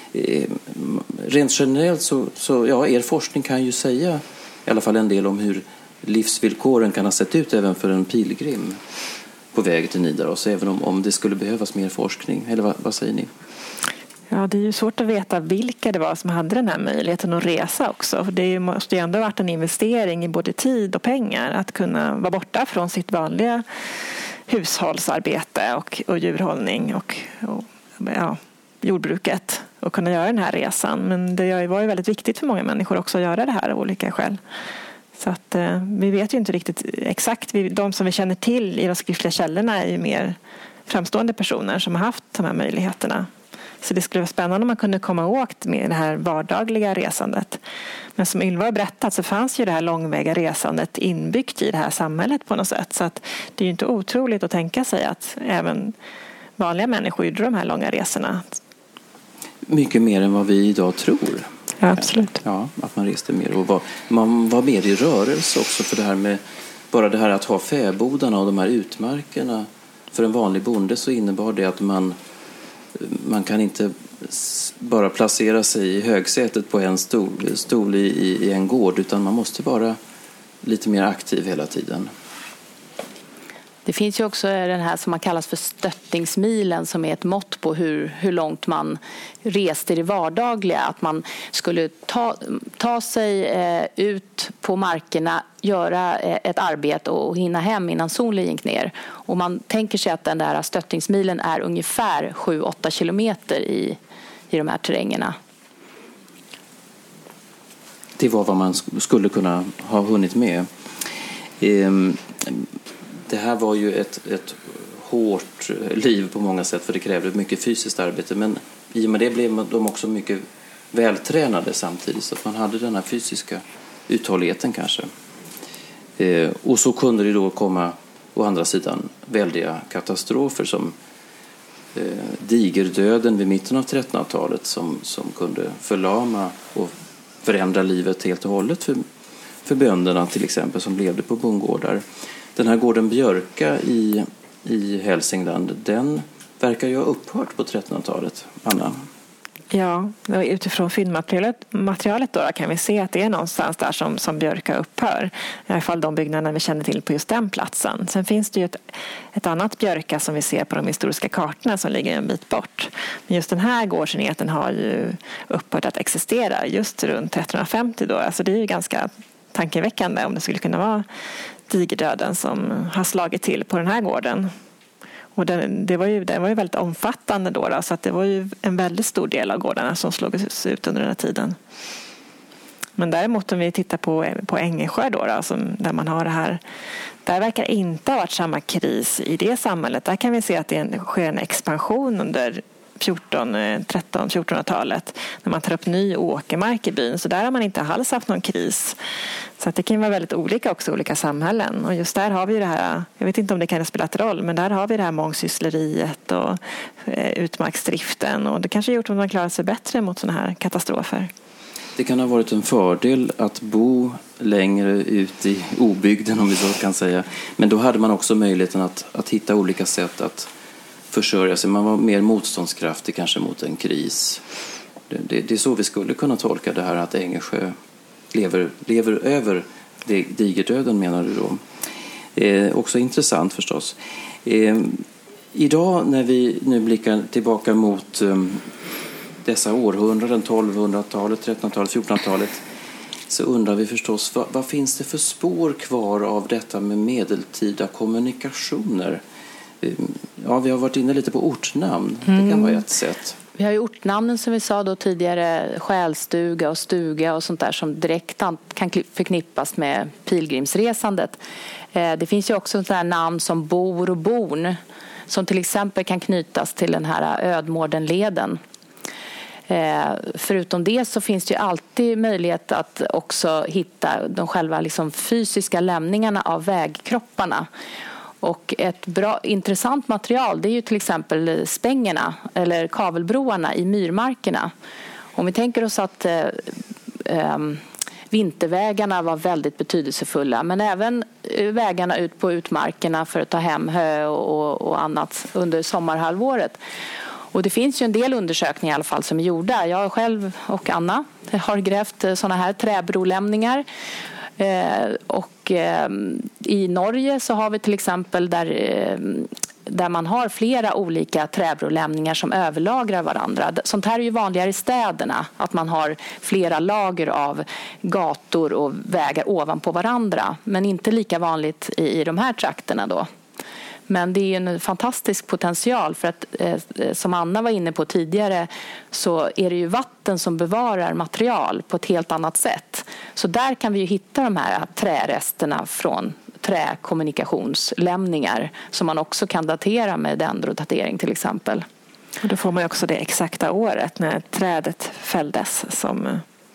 Rent generellt så, så ja, er forskning kan ju säga i alla fall en del om hur livsvillkoren kan ha sett ut även för en pilgrim på väg till Nidaros, även om, om det skulle behövas mer forskning. Eller vad, vad säger ni? Ja, det är ju svårt att veta vilka det var som hade den här möjligheten att resa också. För det måste ju ändå ha varit en investering i både tid och pengar att kunna vara borta från sitt vanliga hushållsarbete och, och djurhållning och, och ja, jordbruket och kunna göra den här resan. Men det var ju väldigt viktigt för många människor också att göra det här av olika skäl. Så att eh, vi vet ju inte riktigt exakt. Vi, de som vi känner till i de skriftliga källorna är ju mer framstående personer som har haft de här möjligheterna. Så det skulle vara spännande om man kunde komma åt med det här vardagliga resandet. Men som Ylva har berättat så fanns ju det här långväga resandet inbyggt i det här samhället på något sätt. Så att det är ju inte otroligt att tänka sig att även vanliga människor gjorde de här långa resorna. Mycket mer än vad vi idag tror. Ja, absolut. Ja, att man reste mer och var, man var mer i rörelse också, för det här med bara det här att ha fäbodarna och de här utmarkerna. För en vanlig bonde så innebar det att man man kan inte bara placera sig i högsätet på en stol, stol i, i en gård, utan man måste vara lite mer aktiv hela tiden. Det finns ju också den här som man kallas för stöttingsmilen, som är ett mått på hur, hur långt man reste i det vardagliga. Att man skulle ta, ta sig eh, ut på markerna, göra eh, ett arbete och hinna hem innan solen gick ner. Och man tänker sig att den där stöttingsmilen är ungefär sju åtta kilometer i, i de här terrängerna. Det var vad man skulle kunna ha hunnit med. Ehm, Det här var ju ett, ett hårt liv på många sätt, för det krävde mycket fysiskt arbete. Men i och med det blev de också mycket vältränade samtidigt, så att man hade den här fysiska uthålligheten kanske. Eh, och så kunde det då komma å andra sidan väldiga katastrofer som eh, digerdöden vid mitten av trettonhundratalet som, som kunde förlama och förändra livet helt och hållet för, för bönderna till exempel som levde på bondgårdar. Den här gården Björka i, i Hälsingland, den verkar ju ha upphört på trettonhundratalet. Anna? Ja, utifrån fyndmaterialet materialet då kan vi se att det är någonstans där som, som Björka upphör. I alla fall de byggnaderna vi känner till på just den platsen. Sen finns det ju ett, ett annat Björka som vi ser på de historiska kartorna som ligger en bit bort. Men just den här gårdsenheten har ju upphört att existera just runt trettonhundrafemtio då. Alltså det är ju ganska tankeväckande om det skulle kunna vara digerdöden som har slagit till på den här gården. Och den, det var ju, den var ju väldigt omfattande då, då, så att det var ju en väldigt stor del av gårdarna som slogs ut under den här tiden. Men däremot om vi tittar på, på Ängesjö då, då som, där man har det här, där verkar inte ha varit samma kris i det samhället. Där kan vi se att det sker en expansion under fjorton, tretton, fjortonhundratalet när man tar upp ny åkermark i byn. Så där har man inte alls haft någon kris. Så att det kan vara väldigt olika också, olika samhällen. Och just där har vi det här, jag vet inte om det kan ha spelat roll, men där har vi det här mångsyssleriet och eh, utmarksdriften. Och det kanske har gjort att man klarar sig bättre mot sådana här katastrofer. Det kan ha varit en fördel att bo längre ut i obygden, om vi så kan säga. Men då hade man också möjligheten att, att hitta olika sätt att försörja sig. Man var mer motståndskraftig kanske mot en kris. Det, det, det är så vi skulle kunna tolka det här att Ängesjö lever, lever över digerdöden, menar du då. Eh, också intressant förstås. Eh, idag när vi nu blickar tillbaka mot eh, dessa århundraden, tolvhundratalet, trettonhundratalet, fjortonhundratalet, så undrar vi förstås vad, vad finns det för spår kvar av detta med medeltida kommunikationer? Ja, vi har varit inne lite på ortnamn. Mm. Det kan vara ett sätt. Vi har ju ortnamnen som vi sa då tidigare, själstuga och stuga och sånt där som direkt kan förknippas med pilgrimsresandet. Det finns ju också sånt där namn som bor och born som till exempel kan knytas till den här Ödmårdenleden. Förutom det så finns det ju alltid möjlighet att också hitta de själva liksom fysiska lämningarna av vägkropparna. Och ett bra, intressant material, det är ju till exempel spängerna eller kavelbroarna i myrmarkerna. Om vi tänker oss att eh, eh, vintervägarna var väldigt betydelsefulla, men även vägarna ut på utmarkerna för att ta hem hö och, och annat under sommarhalvåret. Och det finns ju en del undersökningar i alla fall som är gjorda. Jag själv och Anna har grävt sådana här träbrolämningar. Eh, och eh, i Norge så har vi till exempel där, eh, där man har flera olika träbrolämningar som överlagrar varandra. Sånt här är ju vanligare i städerna, att man har flera lager av gator och vägar ovanpå varandra. Men inte lika vanligt i, i de här trakterna då. Men det är en fantastisk potential för att, eh, som Anna var inne på tidigare, så är det ju vatten som bevarar material på ett helt annat sätt. Så där kan vi ju hitta de här träresterna från träkommunikationslämningar som man också kan datera med dendrodatering till exempel. Och då får man ju också det exakta året när trädet fälldes som,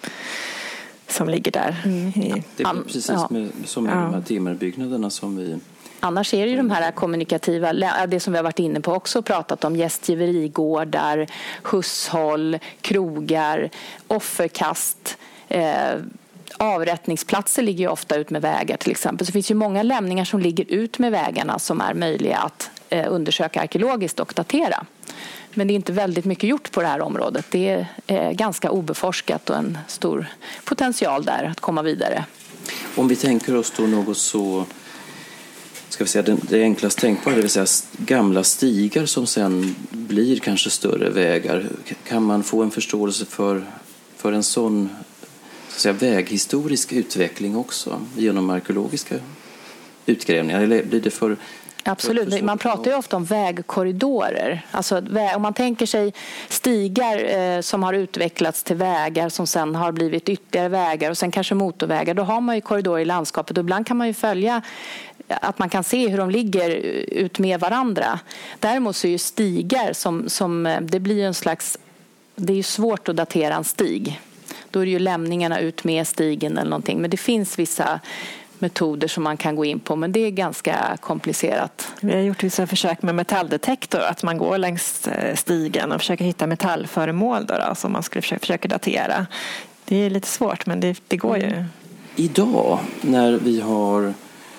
som ligger där. Mm. I, det är precis ja. med, som med ja. de här timmerbyggnaderna som vi... Annars är det ju de här kommunikativa, det som vi har varit inne på också, pratat om gästgiverigårdar, hushåll, krogar, offerkast, eh, avrättningsplatser ligger ju ofta ut med vägar till exempel. Så det finns ju många lämningar som ligger ut med vägarna som är möjliga att eh, undersöka arkeologiskt och datera. Men det är inte väldigt mycket gjort på det här området. Det är eh, ganska obeforskat och en stor potential där att komma vidare. Om vi tänker oss då något så... Ska vi säga, det, det enklast tänkbara, det vill säga gamla stigar som sen blir kanske större vägar. Kan man få en förståelse för, för en sån ska säga, väghistorisk utveckling också genom arkeologiska utgrävningar? Eller blir det för... Absolut, för man pratar ju ofta om vägkorridorer. Alltså, om man tänker sig stigar eh, som har utvecklats till vägar som sen har blivit ytterligare vägar och sen kanske motorvägar. Då har man ju korridorer i landskapet och ibland kan man ju följa att man kan se hur de ligger ut med varandra. Däremot så är ju stigar som, som det blir en slags, det är ju svårt att datera en stig. Då är det ju lämningarna ut med stigen eller någonting. Men det finns vissa metoder som man kan gå in på, men det är ganska komplicerat. Vi har gjort vissa försök med metalldetektor, att man går längs stigen och försöker hitta metallföremål då, då, som man skulle försöka, försöka datera. Det är lite svårt, men det, det går ju. Idag när vi har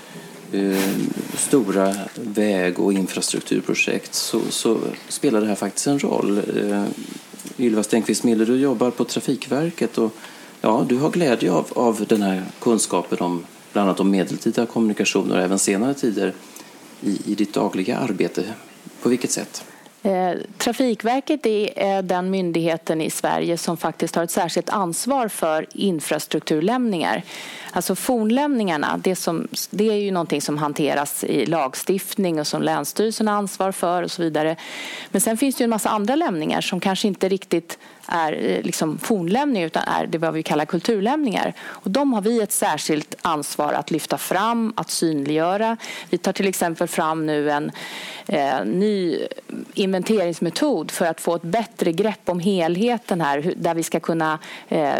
eh, stora väg- och infrastrukturprojekt så, så spelar det här faktiskt en roll. Eh, Ylva Stenqvist-Miller, du jobbar på Trafikverket och ja, du har glädje av, av den här kunskapen om bland annat om medeltida kommunikationer och även senare tider i, i ditt dagliga arbete. På vilket sätt? Eh, Trafikverket är den myndigheten i Sverige som faktiskt har ett särskilt ansvar för infrastrukturlämningar. Alltså fornlämningarna, det, som, det är ju någonting som hanteras i lagstiftning och som Länsstyrelsen har ansvar för och så vidare. Men sen finns det ju en massa andra lämningar som kanske inte riktigt är liksom fornlämningar utan är det vad vi kallar kulturlämningar. Och de har vi ett särskilt ansvar att lyfta fram, att synliggöra. Vi tar till exempel fram nu en eh, ny inventeringsmetod för att få ett bättre grepp om helheten här, där vi ska kunna eh,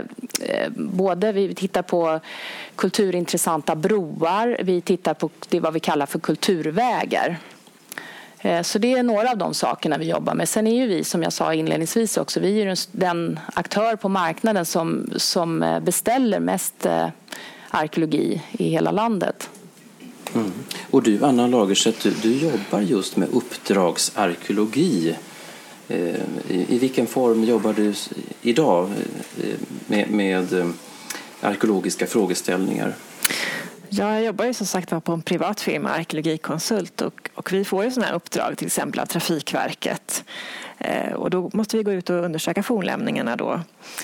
både vi tittar på kulturintressanta broar, vi tittar på det vad vi kallar för kulturvägar. Så det är några av de sakerna vi jobbar med. Sen är ju vi, som jag sa inledningsvis också, vi är ju den aktör på marknaden som, som beställer mest arkeologi i hela landet. Mm. Och du, Anna Lagerstedt, du, du jobbar just med uppdragsarkeologi. Eh, i, I vilken form jobbar du idag eh, med, med arkeologiska frågeställningar? Ja, jag jobbar ju som sagt på en privat firma, arkeologikonsult, och, och vi får ju sådana här uppdrag till exempel av Trafikverket. Eh, och då måste vi gå ut och undersöka fornlämningarna då.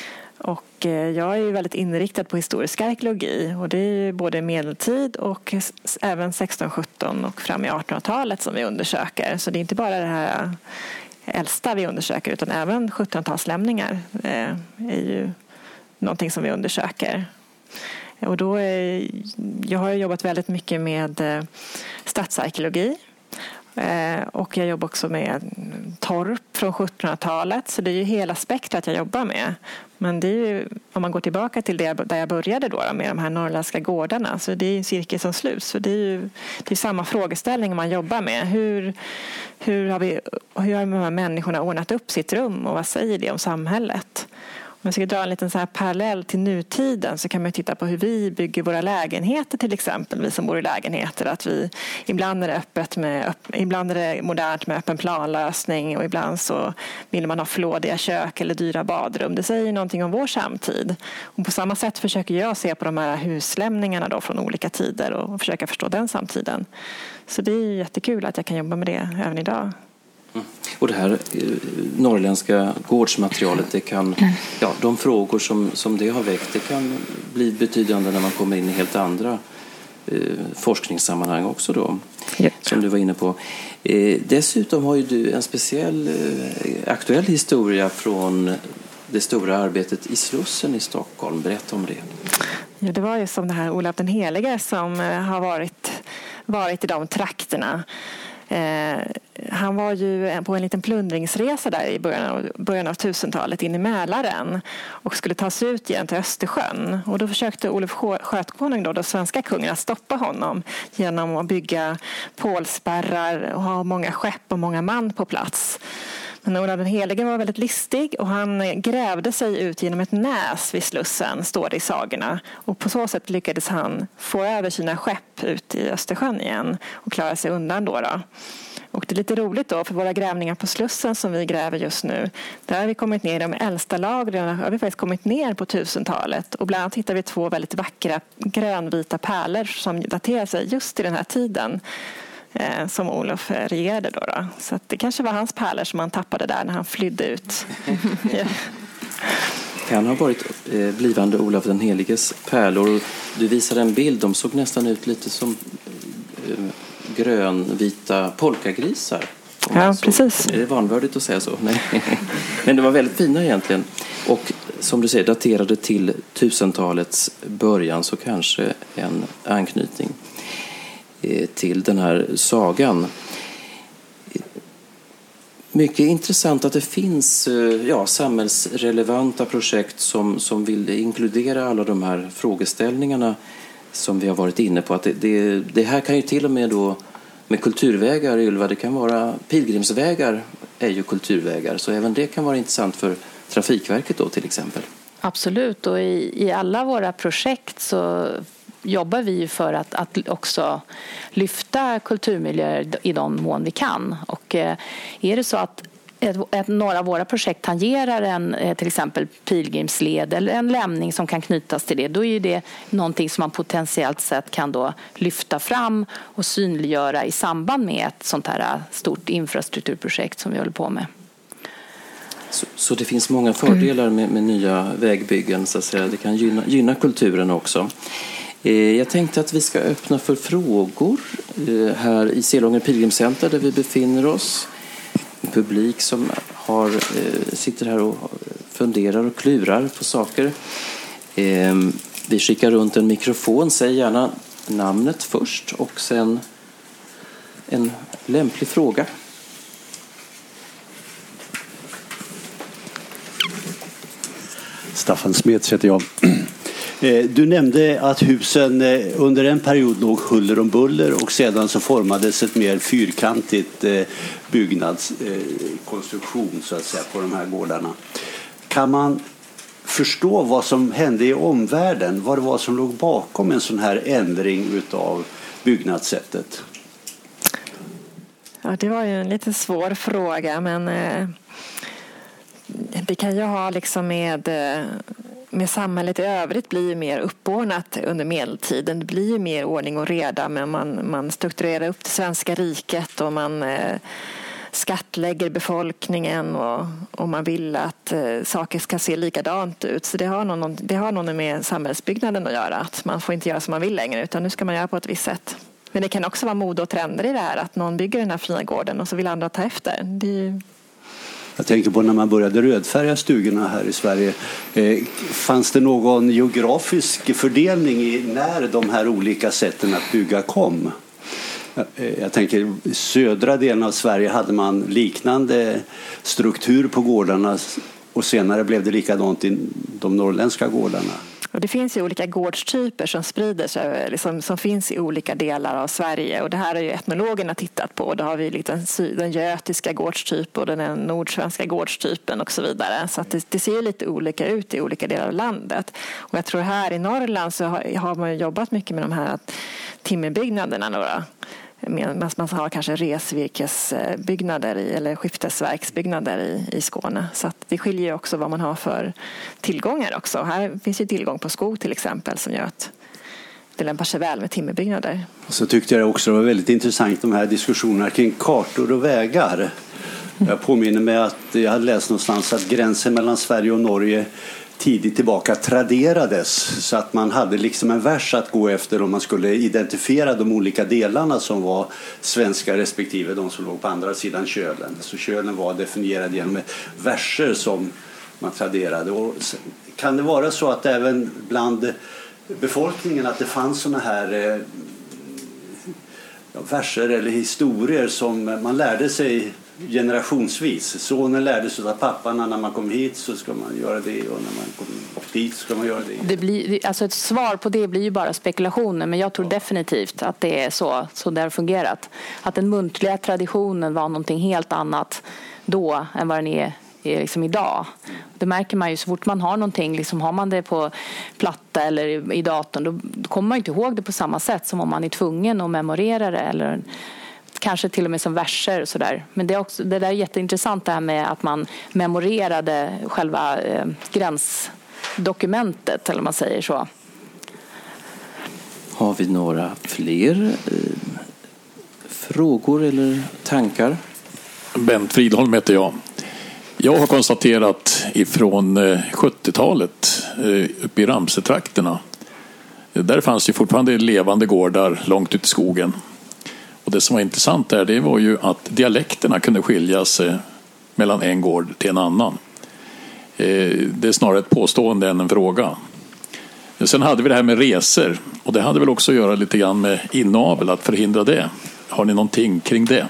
Och eh, jag är ju väldigt inriktad på historisk arkeologi och det är ju både medeltid och s- även sexton sjutton och fram i artonhundratalet som vi undersöker. Så det är inte bara det här äldsta vi undersöker utan även sjuttonhundratalslämningar eh, är ju någonting som vi undersöker. Och då är, jag har jobbat väldigt mycket med stadsarkeologi Och jag jobbar också med torp från sjuttonhundratalet. Så det är ju hela spektrat jag jobbar med. Men det är ju, om man går tillbaka till det där jag började då, med de här norrländska gårdarna, så det är en cirkel som sluts. Så det är ju det är samma frågeställning man jobbar med. Hur, hur, har vi, hur har de här människorna ordnat upp sitt rum och vad säger det om samhället? Om jag ska dra en liten så här parallell till nutiden, så kan man titta på hur vi bygger våra lägenheter till exempel, vi som bor i lägenheter. Att vi, ibland är det öppet med, ibland är det modernt med öppen planlösning, och ibland så vill man ha flådiga kök eller dyra badrum. Det säger någonting om vår samtid. Och på samma sätt försöker jag se på de här huslämningarna då från olika tider och försöka förstå den samtiden. Så det är jättekul att jag kan jobba med det även idag. Mm. Och det här eh, norrländska gårdsmaterialet, det kan, ja, de frågor som, som det har väckt, det kan bli betydande när man kommer in i helt andra eh, forskningssammanhang också då, yep. som du var inne på. Eh, dessutom har ju du en speciell eh, aktuell historia från det stora arbetet i Slussen i Stockholm. Berätta om det. Ja, det var ju som det här Olav den helige som eh, har varit, varit i de trakterna. Eh, han var ju på en liten plundringsresa där i början av, början av tusentalet in i Mälaren och skulle ta sig ut igen till Östersjön. Och då försökte Olof Skötkonung, då, den svenska kungen, att stoppa honom genom att bygga pålspärrar och ha många skepp och många man på plats. Men Olav den helige var väldigt listig och han grävde sig ut genom ett näs vid Slussen, står det i sagorna. Och på så sätt lyckades han få över sina skepp ut i Östersjön igen och klara sig undan då. då. Och det är lite roligt då, för våra grävningar på Slussen som vi gräver just nu, där har vi kommit ner i de äldsta lagren, har vi faktiskt kommit ner på tusentalet. Och bland annat hittar vi två väldigt vackra grönvita pärlor som daterar sig just i den här tiden eh, som Olof regerade då. då. Så att det kanske var hans pärlor som han tappade där när han flydde ut. Ja. Kan ha varit eh, blivande Olav den heliges pärlor. Du visade en bild, de såg nästan ut lite som eh, grönvita polkagrisar. Ja, precis. Är det vanvördigt att säga så? Nej. Men det var väldigt fina egentligen. Och som du säger, daterade till tusentalets början, så kanske en anknytning eh, till den här sagan. Mycket intressant att det finns ja, samhällsrelevanta projekt som, som vill inkludera alla de här frågeställningarna som vi har varit inne på. Att det, det, det här kan ju till och med då med kulturvägar, Ylva, det kan vara pilgrimsvägar är ju kulturvägar, så även det kan vara intressant för Trafikverket då till exempel. Absolut, och i, i alla våra projekt så jobbar vi för att, att också lyfta kulturmiljöer i de mån vi kan. Och är det så att ett, ett, några av våra projekt tangerar en till exempel pilgrimsled eller en lämning som kan knytas till det, då är ju det någonting som man potentiellt sett kan då lyfta fram och synliggöra i samband med ett sånt här stort infrastrukturprojekt som vi håller på med. Så, så det finns många fördelar med, med nya vägbyggen, så att säga. Det kan gynna, gynna kulturen också. Jag tänkte att vi ska öppna för frågor här i Selången pilgrimscenter där vi befinner oss. En publik som har, sitter här och funderar och klurar på saker. Vi skickar runt en mikrofon. Säg gärna namnet först och sen en lämplig fråga. Staffan Smeds heter jag. Du nämnde att husen under en period låg huller om buller och sedan så formades ett mer fyrkantigt byggnadskonstruktion så att säga på de här gårdarna. Kan man förstå vad som hände i omvärlden? Vad det var som låg bakom en sån här ändring utav byggnadssättet? Ja, det var ju en lite svår fråga, men eh, det kan ju ha liksom med... Eh, med samhället i övrigt blir ju mer uppordnat under medeltiden. Det blir ju mer ordning och reda, men man, man strukturerar upp det svenska riket och man eh, skattlägger befolkningen och, och man vill att eh, saker ska se likadant ut. Så det har, någon, det har någon med samhällsbyggnaden att göra. Att man får inte göra som man vill längre, utan nu ska man göra på ett visst sätt. Men det kan också vara mode och trender i det här, att någon bygger den här fina gården och så vill andra ta efter. Det är ju... Jag tänker på när man började rödfärga stugorna här i Sverige. Eh, fanns det någon geografisk fördelning i när de här olika sätten att bygga kom? Jag tänker, i södra delen av Sverige hade man liknande struktur på gårdarna och senare blev det likadant i de norrländska gårdarna. Och det finns ju olika gårdstyper som sprider sig, liksom, som finns i olika delar av Sverige. Och det här är ju etnologerna tittat på. Då har vi liksom den götiska gårdstypen och den nordsvenska gårdstypen och så vidare. Så att det, det ser lite olika ut i olika delar av landet. Och jag tror här i Norrland så har, har man jobbat mycket med de här timmerbyggnaderna. Några. Medan man har kanske resvirkesbyggnader i, eller skiftesverksbyggnader i, i Skåne. Så att det skiljer ju också vad man har för tillgångar också. Här finns ju tillgång på skog till exempel som gör att det lämpar sig väl med timmerbyggnader. Och så tyckte jag också det var väldigt intressant de här diskussionerna kring kartor och vägar. Jag påminner mig att jag hade läst någonstans att gränsen mellan Sverige och Norge tidigt tillbaka traderades så att man hade liksom en vers att gå efter om man skulle identifiera de olika delarna som var svenska respektive de som låg på andra sidan kölen. Så kölen var definierad genom verser som man traderade. Och kan det vara så att även bland befolkningen att det fanns såna här eh, verser eller historier som man lärde sig generationsvis. Sonen lärde sig av pappan när man kom hit så ska man göra det och när man kom hit ska man göra det. Det blir, alltså ett svar på det blir ju bara spekulationer, men jag tror ja. definitivt att det är så, så det har fungerat. Att den muntliga traditionen var någonting helt annat då än vad den är, är liksom idag. Det märker man ju så fort man har någonting, liksom har man det på platta eller i, i datorn, då kommer man inte ihåg det på samma sätt som om man är tvungen att memorera det eller kanske till och med som verser och sådär. Men det är också, det där är jätteintressant det här med att man memorerade själva eh, gränsdokumentet eller man säger så. Har vi några fler eh, frågor eller tankar? Bent Fridholm heter jag. Jag har konstaterat ifrån sjuttiotalet uppe i Ramsetrakterna. Där fanns ju fortfarande levande gårdar långt ut i skogen. Och det som var intressant där, det var ju att dialekterna kunde skilja sig mellan en gård till en annan. Det är snarare ett påstående än en fråga. Sen hade vi det här med resor. Och det hade väl också att göra lite grann med inavel, att förhindra det. Har ni någonting kring det?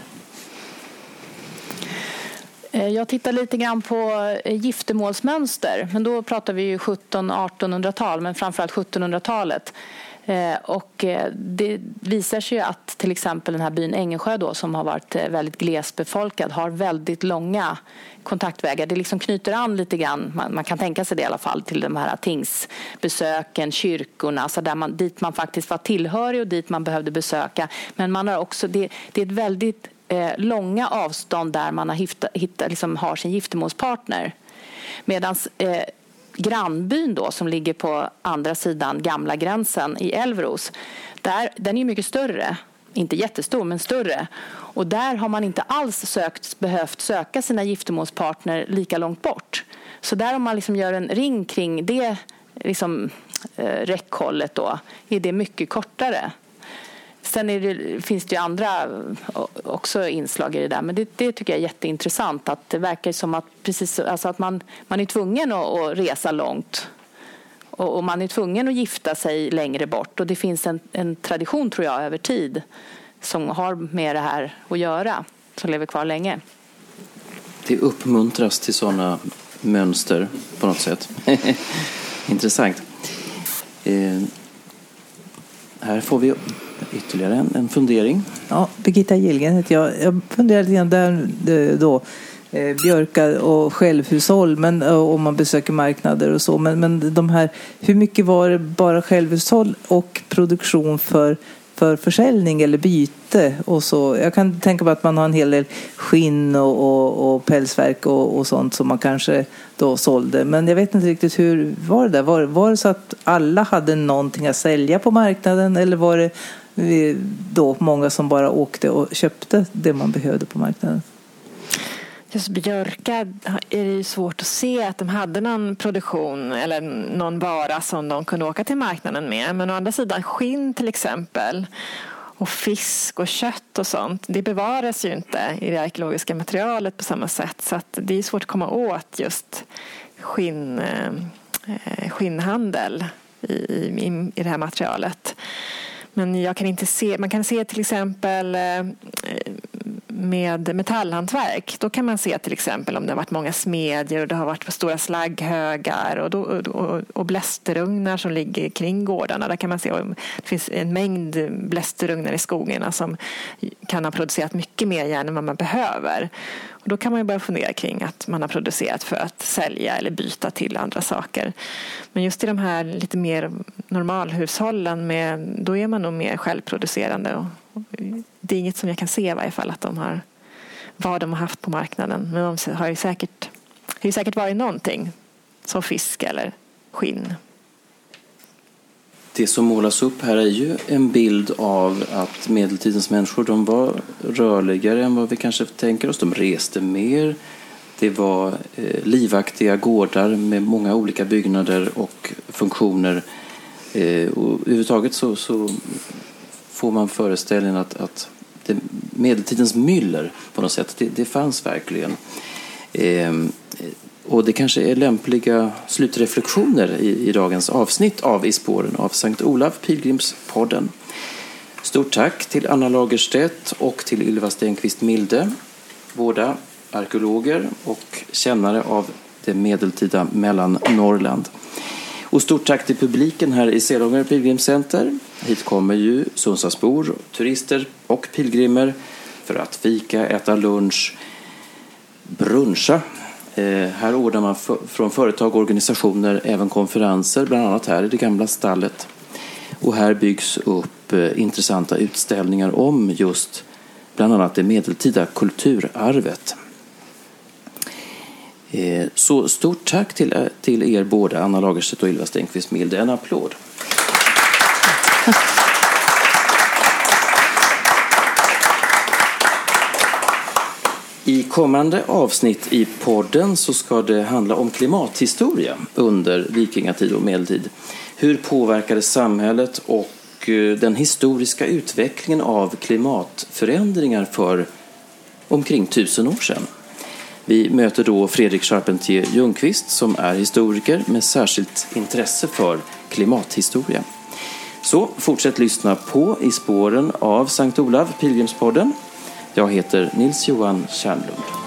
Jag tittar lite grann på giftermålsmönster, men då pratar vi ju sjuttonhundra-artonhundratal, men framförallt sjuttonhundratalet. Och det visar sig ju att till exempel den här byn Ängesjö då, som har varit väldigt glesbefolkad, har väldigt långa kontaktvägar. Det liksom knyter an lite grann, man, man kan tänka sig det i alla fall, till de här tingsbesöken, kyrkorna, så där man, dit man faktiskt var tillhörig och dit man behövde besöka. Men man har också, det, det är ett väldigt eh, långa avstånd där man har, hitta, hitta, liksom har sin giftermålspartner. Medan eh, grannbyn då, som ligger på andra sidan gamla gränsen i Älvros, där, den är ju mycket större, inte jättestor men större, och där har man inte alls sökt, behövt söka sina giftermålspartner lika långt bort. Så där om man liksom gör en ring kring det liksom, eh, räckhållet då, är det mycket kortare. Sen är det, finns det ju andra också inslag i det där, men det, det tycker jag är jätteintressant, att det verkar som att, precis, alltså att man, man är tvungen att, att resa långt och, och man är tvungen att gifta sig längre bort, och det finns en, en tradition tror jag över tid som har med det här att göra, som lever kvar länge. Det uppmuntras till sådana mönster på något sätt. Intressant. Eh, här får vi ytterligare en, en fundering. Ja, Birgitta Gillgren heter jag. Jag funderar lite grann där då, eh, björkar och självhushåll, men om man besöker marknader och så. Men, men de här, hur mycket var det bara självhushåll och produktion för, för försäljning eller byte och så? Jag kan tänka på att man har en hel del skinn och, och, och pälsverk och, och sånt som man kanske då sålde. Men jag vet inte riktigt, hur var det där? Var, var det så att alla hade någonting att sälja på marknaden, eller var det då många som bara åkte och köpte det man behövde på marknaden? Just björkar är det ju svårt att se att de hade någon produktion eller någon vara som de kunde åka till marknaden med. Men å andra sidan skinn till exempel och fisk och kött och sånt, det bevaras ju inte i det arkeologiska materialet på samma sätt. Så att det är svårt att komma åt just skinn, skinnhandel i, i, i det här materialet. Men jag kan inte se, man kan se till exempel med metallhantverk, då kan man se till exempel om det har varit många smedjor och det har varit stora slagghögar och, då, och, och blästerugnar som ligger kring gårdarna. Där kan man se att det finns en mängd blästerugnar i skogarna som kan ha producerat mycket mer järn än vad man behöver. Och då kan man ju börja fundera kring att man har producerat för att sälja eller byta till andra saker. Men just i de här lite mer normalhushållen, med, då är man nog mer självproducerande. Och, och det är inget som jag kan se i varje fall att de har, vad de har haft på marknaden. Men de har ju säkert, har ju säkert varit någonting som fisk eller skinn. Det som målas upp här är ju en bild av att medeltidens människor, de var rörligare än vad vi kanske tänker oss. De reste mer. Det var eh, livaktiga gårdar med många olika byggnader och funktioner. Eh, och överhuvudtaget så, så får man föreställningen att, att det, medeltidens myller på något sätt, det, det fanns verkligen. Eh, Och det kanske är lämpliga slutreflektioner i, i dagens avsnitt av I spåren av Sankt Olav, Pilgrimspodden. Stort tack till Anna Lagerstedt och till Ylva Stenqvist Milde, båda arkeologer och kännare av det medeltida Mellannorrland. Och stort tack till publiken här i Selånger pilgrimscenter. Hit kommer ju Sundsvallsbor, turister och pilgrimer för att fika, äta lunch, bruncha. Eh, här ordnar man för, från företag och organisationer även konferenser, bland annat här i det gamla stallet. Och här byggs upp eh, intressanta utställningar om just bland annat det medeltida kulturarvet. Eh, så stort tack till, till er båda, Anna Lagerstedt och Ylva Stenqvist Milde. En applåd. I kommande avsnitt i podden så ska det handla om klimathistoria under vikingatid och medeltid. Hur påverkade samhället och den historiska utvecklingen av klimatförändringar för omkring tusen år sedan? Vi möter då Fredrik Charpentier Ljungqvist som är historiker med särskilt intresse för klimathistoria. Så fortsätt lyssna på I spåren av Sankt Olav, Pilgrimspodden. Jag heter Nils Johan Kärnlund.